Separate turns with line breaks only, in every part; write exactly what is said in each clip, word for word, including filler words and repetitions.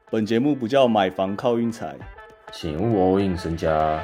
本节目不叫买房靠运财，
请勿 all in 身家。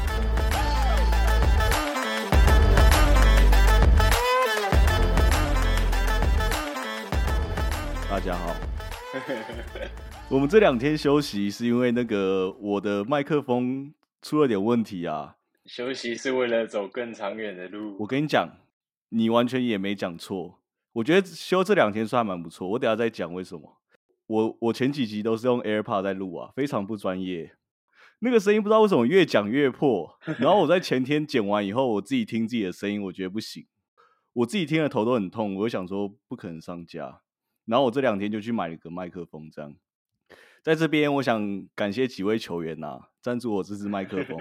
大家好。我们这两天休息是因为那个我的麦克风出了点问题啊。
休息是为了走更长远的路。
我跟你讲，你完全也没讲错。我觉得休这两天算蛮不错。我等一下再讲为什么。我我前几集都是用 AirPod 在录啊，非常不专业。那个声音不知道为什么越讲越破。然后我在前天剪完以后，我自己听自己的声音，我觉得不行。我自己听了头都很痛，我就想说不可能上架。然后我这两天就去买了个麦克风，这样。在这边，我想感谢几位球员啊，赞助我这支麦克风。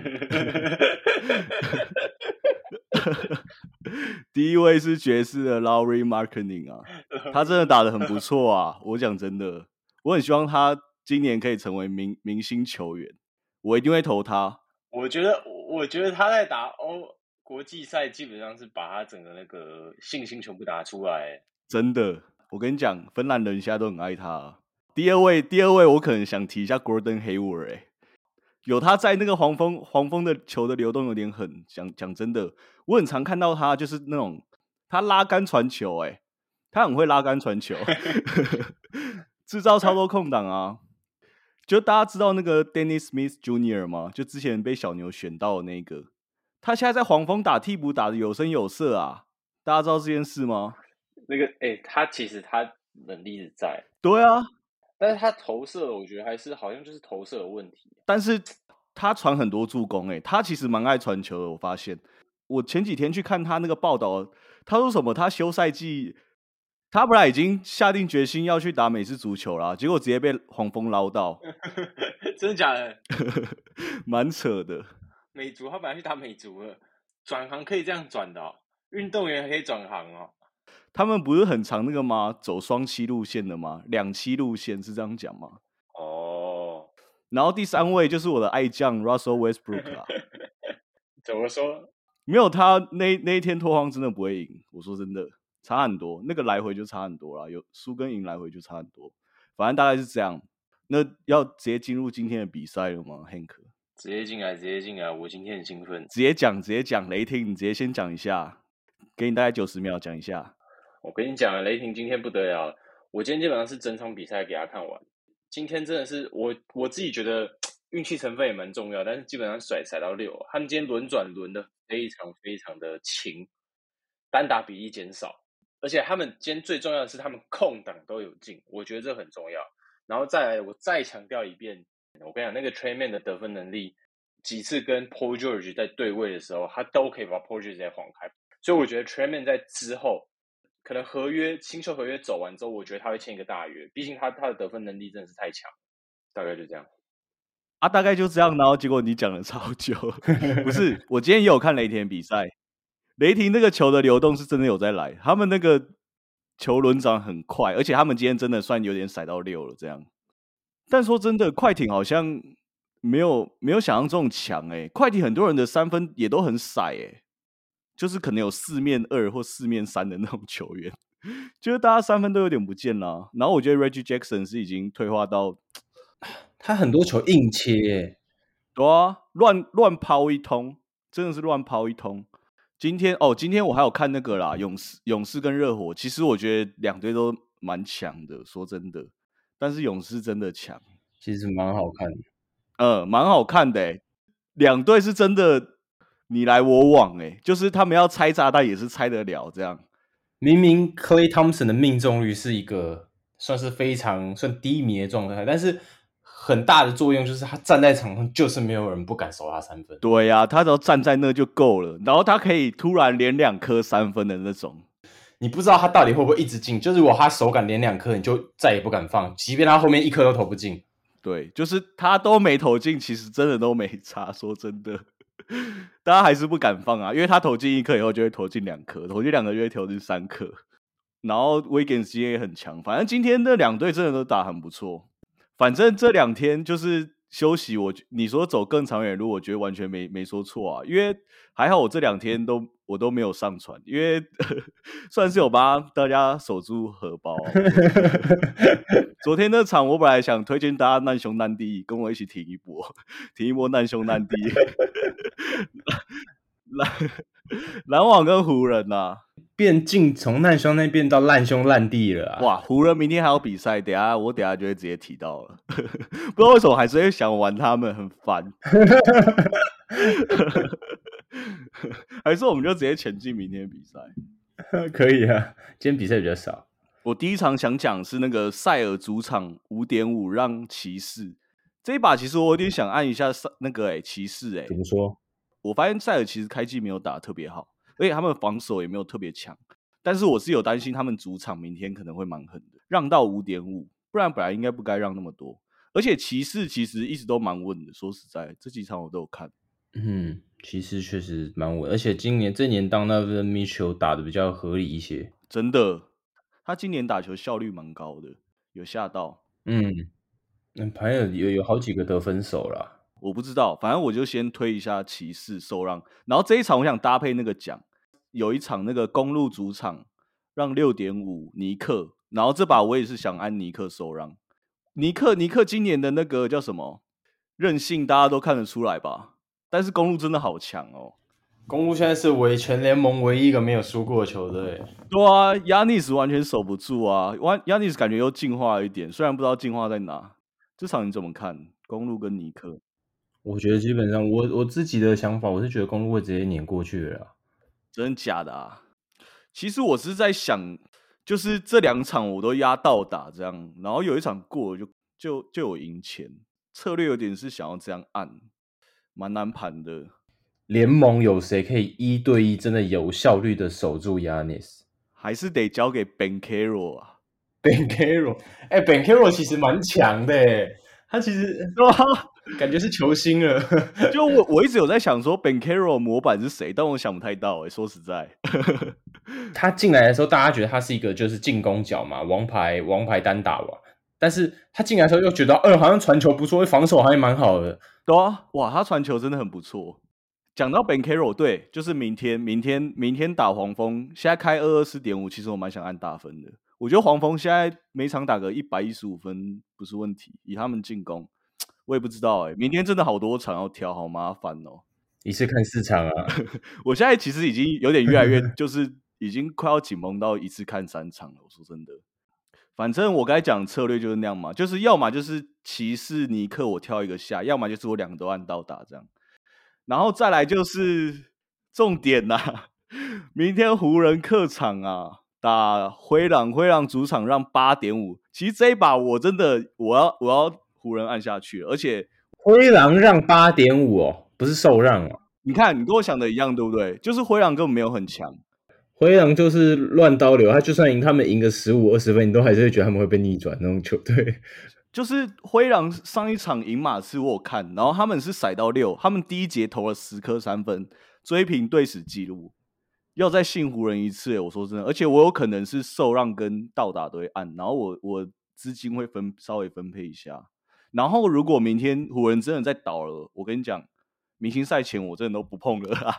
第一位是爵士的 Lauri Markkanen 啊，他真的打得很不错啊。我讲真的，我很希望他今年可以成为明明星球员，我一定会投他。
我觉得，我觉得他在打欧国际赛，基本上是把他整个那个信心全部打出来。
真的，我跟你讲，芬兰人现在都很爱他啊。第二位，第二位，我可能想提一下 Gordon Hayward， 欸，有他在那个黄蜂，黄蜂的球的流动有点狠。讲讲真的，我很常看到他就是那种他拉杆传球，欸，他很会拉杆传球，制造超多空档啊。就大家知道那个 Dennis Smith Junior 吗？就之前被小牛选到的那个，他现在在黄蜂打替补打得有声有色啊。大家知道这件事吗？
那个，哎、欸，他其实他能力是在，
对啊。
但是他投射，我觉得还是好像就是投射有问题。
但是他传很多助攻，欸，他其实蛮爱传球的。我发现，我前几天去看他那个报道，他说什么？他休赛季，他本来已经下定决心要去打美式足球啦，结果直接被黄蜂捞到。
真的假的？
蛮扯的。
美足他本来去打美足了，转行可以这样转的哦，运动员还可以转行哦。
他们不是很常那个吗？走双七路线的吗？两栖路线是这样讲吗？
哦。
然后第三位就是我的爱将 Russell Westbrook 啊。
怎么说？
没有他那那一天拓荒真的不会赢。我说真的，差很多，那个来回就差很多啦，有输跟赢来回就差很多。反正大概是这样。那要直接进入今天的比赛了吗 ，Hank？
直接进来，直接进来！我今天很兴奋。
直接讲，直接讲。雷霆，你直接先讲一下，给你大概九十秒讲一下。
我跟你讲，雷霆今天不得了，我今天基本上是整场比赛给他看完。今天真的是我我自己觉得运气成分也蛮重要，但是基本上甩甩到六，他们今天轮转轮的非常非常的勤，单打比例减少，而且他们今天最重要的是他们空档都有进，我觉得这很重要。然后再来，我再强调一遍，我跟你讲，那个 Trey Man 的得分能力，几次跟 Paul George 在对位的时候，他都可以把 Paul George 再晃开，所以我觉得 Trey Man 在之后。可能合约新秀合约走完之后，我觉得他会签一个大约，毕竟他他的得分能力真的是太强，大概就这样
啊，大概就这样。然后结果你讲了超久，不是？我今天也有看雷霆比赛，雷霆那个球的流动是真的有在来，他们那个球轮转很快，而且他们今天真的算有点甩到六了这样。但说真的，快艇好像没有没有想象中强哎，快艇很多人的三分也都很甩哎。就是可能有四面二或四面三的那种球员，就是大家三分都有点不见了。然后我觉得 Reggie Jackson 是已经退化到，
他很多球硬切，欸，
对啊，乱乱抛一通，真的是乱抛一通。今天哦，今天我还有看那个啦，勇士勇士跟热火，其实我觉得两队都蛮强的，说真的。但是勇士真的强，
其实蛮好看的，
呃，蛮好看的欸。两队是真的。你来我往，欸，就是他们要拆炸弹也是拆得了这样。
明明 Klay Thompson 的命中率是一个算是非常算低迷的状态，但是很大的作用就是他站在场上就是没有人不敢守他三分。
对啊，他只要站在那就够了，然后他可以突然连两颗三分的那种。
你不知道他到底会不会一直进，就是如果他手感连两颗，你就再也不敢放，即便他后面一颗都投不进。
对，就是他都没投进，其实真的都没差，说真的。大家还是不敢放啊，因为他投进一颗以后就会投进两颗，投进两颗就会投进三颗。然后 Wiggins 今天也很强，反正今天那两队真的都打很不错。反正这两天就是休息我你说走更长远的路，我觉得完全没没说错啊，因为还好我这两天都我都没有上传，因为算是有帮大家守住荷包。昨天那场我本来想推荐大家难兄难弟，跟我一起挺一波，挺一波难兄难弟。篮篮网跟湖人呐、啊，
变进从难兄那变到烂兄烂弟了啊！
哇，湖人明天还有比赛，等一下我等一下就会直接提到了。不知道为什么还是会想玩他们，很烦。还是我们就直接前进明天比赛？
可以啊，今天比赛比较少。
我第一场想讲是那个塞尔主场五点五让骑士这一把，其实我有点想按一下那个哎、欸、骑士哎、欸，
怎么说？
我发现塞尔其实开季没有打得特别好，而且他们防守也没有特别强，但是我是有担心他们主场明天可能会蛮狠的，让到 五点五， 不然本来应该不该让那么多。而且骑士其实一直都蛮稳的，说实在这几场我都有看。
嗯，骑士确实蛮稳，而且今年这年当那个 Mitchell 打的比较合理一些，
真的，他今年打球效率蛮高的，有吓到。
嗯，还有有有好几个得分手啦。
我不知道，反正我就先推一下骑士受让，然后这一场我想搭配那个奖，有一场那个公路主场让 六点五 尼克，然后这把我也是想按尼克受让。尼克尼克今年的那个叫什么韧性，大家都看得出来吧？但是公路真的好强哦。
公路现在是唯全联盟唯一一个没有输过的球队。
对啊，亚尼斯完全守不住啊，亚尼斯感觉又进化了一点，虽然不知道进化在哪。这场你怎么看？公路跟尼克？
我觉得基本上我我自己的想法，我是觉得公路会直接碾过去了啦。
真的假的啊？其实我是在想，就是这两场我都压到打这样，然后有一场过就就就有赢钱，策略有点是想要这样按，蛮难盘的。
联盟有谁可以一对一真的有效率的守住 Giannis？
还是得交给 Banchero 啊。
Ben Carroll， 哎、欸、，Ben Carroll 其实蛮强的哎，他其实
对啊，
感觉是球星了。
就我我一直有在想说 Banchero 模板是谁，但我想不太到哎、欸，说实在。
他进来的时候，大家觉得他是一个就是进攻角嘛，王牌王牌单打王。但是他进来的时候又觉得，呃，好像传球不错，防守还蛮好的。
对啊，哇，他传球真的很不错。讲到 Banchero， 对，就是明天明天明天打黄蜂，现在开 二二四点五， 其实我蛮想按大分的。我觉得黄蜂现在每场打个一百一十五分不是问题，以他们进攻，我也不知道哎、欸，明天真的好多场要挑，好麻烦哦。
一次看四场啊！
我现在其实已经有点越来越，就是已经快要紧绷到一次看三场了。我说真的，反正我刚才讲策略就是那样嘛，就是要么就是骑士尼克我挑一个下，要么就是我两个都按到打这样。然后再来就是重点呐、啊，明天湖人客场啊打灰狼，灰狼主场让 八点五， 其实这一把我真的我要我要湖人按下去了，而且
灰狼让 八点五 哦，不是受让哦。
你看你跟我想的一样对不对？就是灰狼根本没有很强，
灰狼就是乱刀流，他就算赢他们赢个十五二十分，你都还是会觉得他们会被逆转那种球队。
就是灰狼上一场赢马刺我有看，然后他们是甩到六，他们第一节投了十颗三分，追平队史纪录。要再信湖人一次，我说真的，而且我有可能是受让跟倒打都会按，然后我我资金会分稍微分配一下。然后如果明天湖人真的再倒了，我跟你讲，明星赛前我真的都不碰了啦。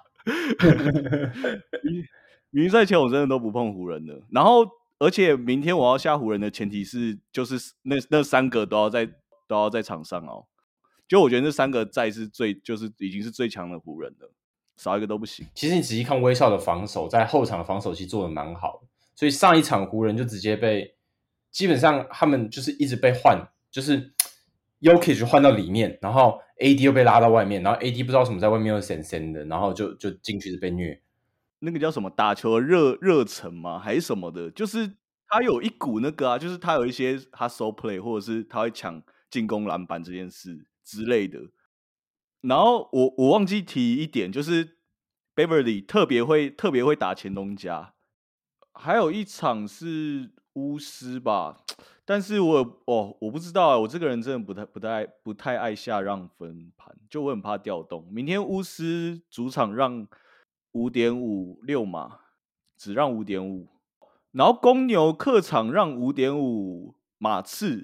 明星赛前我真的都不碰湖人了。然后而且明天我要下湖人的前提是，就是那那三个都要在都要在场上哦。就我觉得那三个在是最就是已经是最强的湖人了。少一个都不行。
其实你仔细看威少的防守，在后场的防守其实做的蛮好的，所以上一场湖人就直接被，基本上他们就是一直被换，就是 Jokic 换到里面，然后 A D 又被拉到外面，然后 A D 不知道什么在外面又闪闪的，然后就就进去是被虐。
那个叫什么打球的热热忱吗？还是什么的？就是他有一股那个啊，就是他有一些hustle play，或者是他会抢进攻篮板这件事之类的。然后我我忘记提一点，就是 Beverly 特别会特别会打前东家，还有一场是巫师吧，但是我哦我不知道啊，我这个人真的不太不太不太爱下让分盘，就我很怕调动。明天巫师主场让 五点五 六码，只让 五点五， 然后公牛客场让 五点五 马刺，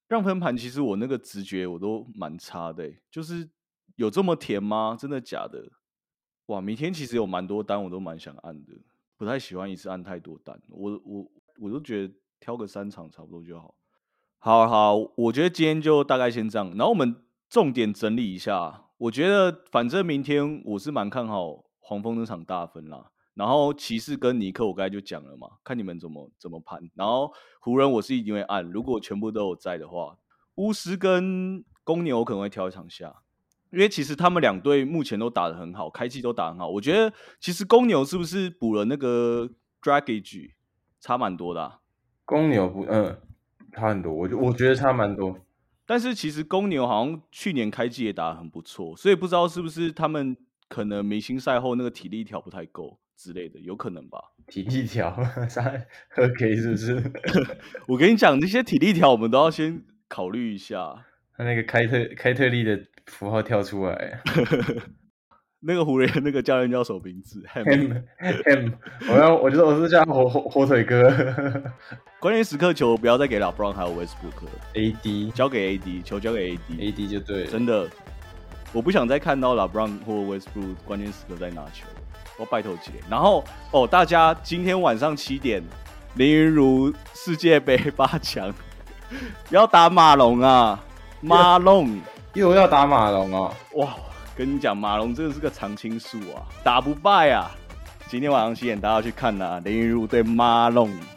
让分盘其实我那个直觉我都蛮差的、欸，就是有这么甜吗？真的假的？哇，明天其实有蛮多单我都蛮想按的，不太喜欢一次按太多单，我我我都觉得挑个三场差不多就好。好好，我觉得今天就大概先这样，然后我们重点整理一下。我觉得反正明天我是蛮看好黄蜂那场大分啦，然后骑士跟尼克我刚才就讲了嘛，看你们怎么怎么盘。然后湖人我是一定会按，如果全部都有在的话，巫师跟公牛我可能会挑一场下，因为其实他们两队目前都打得很好，开季都打得很好。我觉得其实公牛是不是补了那个 Dragic 差蛮多的、啊？
公牛不嗯。差很多，我我觉得差蛮多。
但是其实公牛好像去年开季也打得很不错，所以不知道是不是他们可能明星赛后那个体力条不太够之类的，有可能吧？
体力条喝 K 是不是？
我跟你讲，那些体力条我们都要先考虑一下。
他那个开特开特利的符号跳出来。
那个湖人那个教练叫什么名字
？Ham Ham， 我要我觉得我是叫他火火火腿哥。
关键时刻球不要再给LeBron还有 Westbrook 了
，A D
交给 A D， 球交给 A D，A
D 就对了。
真的，我不想再看到 LeBron 或 Westbrook 关键时刻在拿球，我拜托姐。然后哦，大家今天晚上七点，林昀儒世界杯八强要打马龙啊，马龙
又要打马龙哦！
哇！跟你讲，马龙真的是个常青树啊，打不败啊！今天晚上七点大家要去看啊，林昀儒对马龙。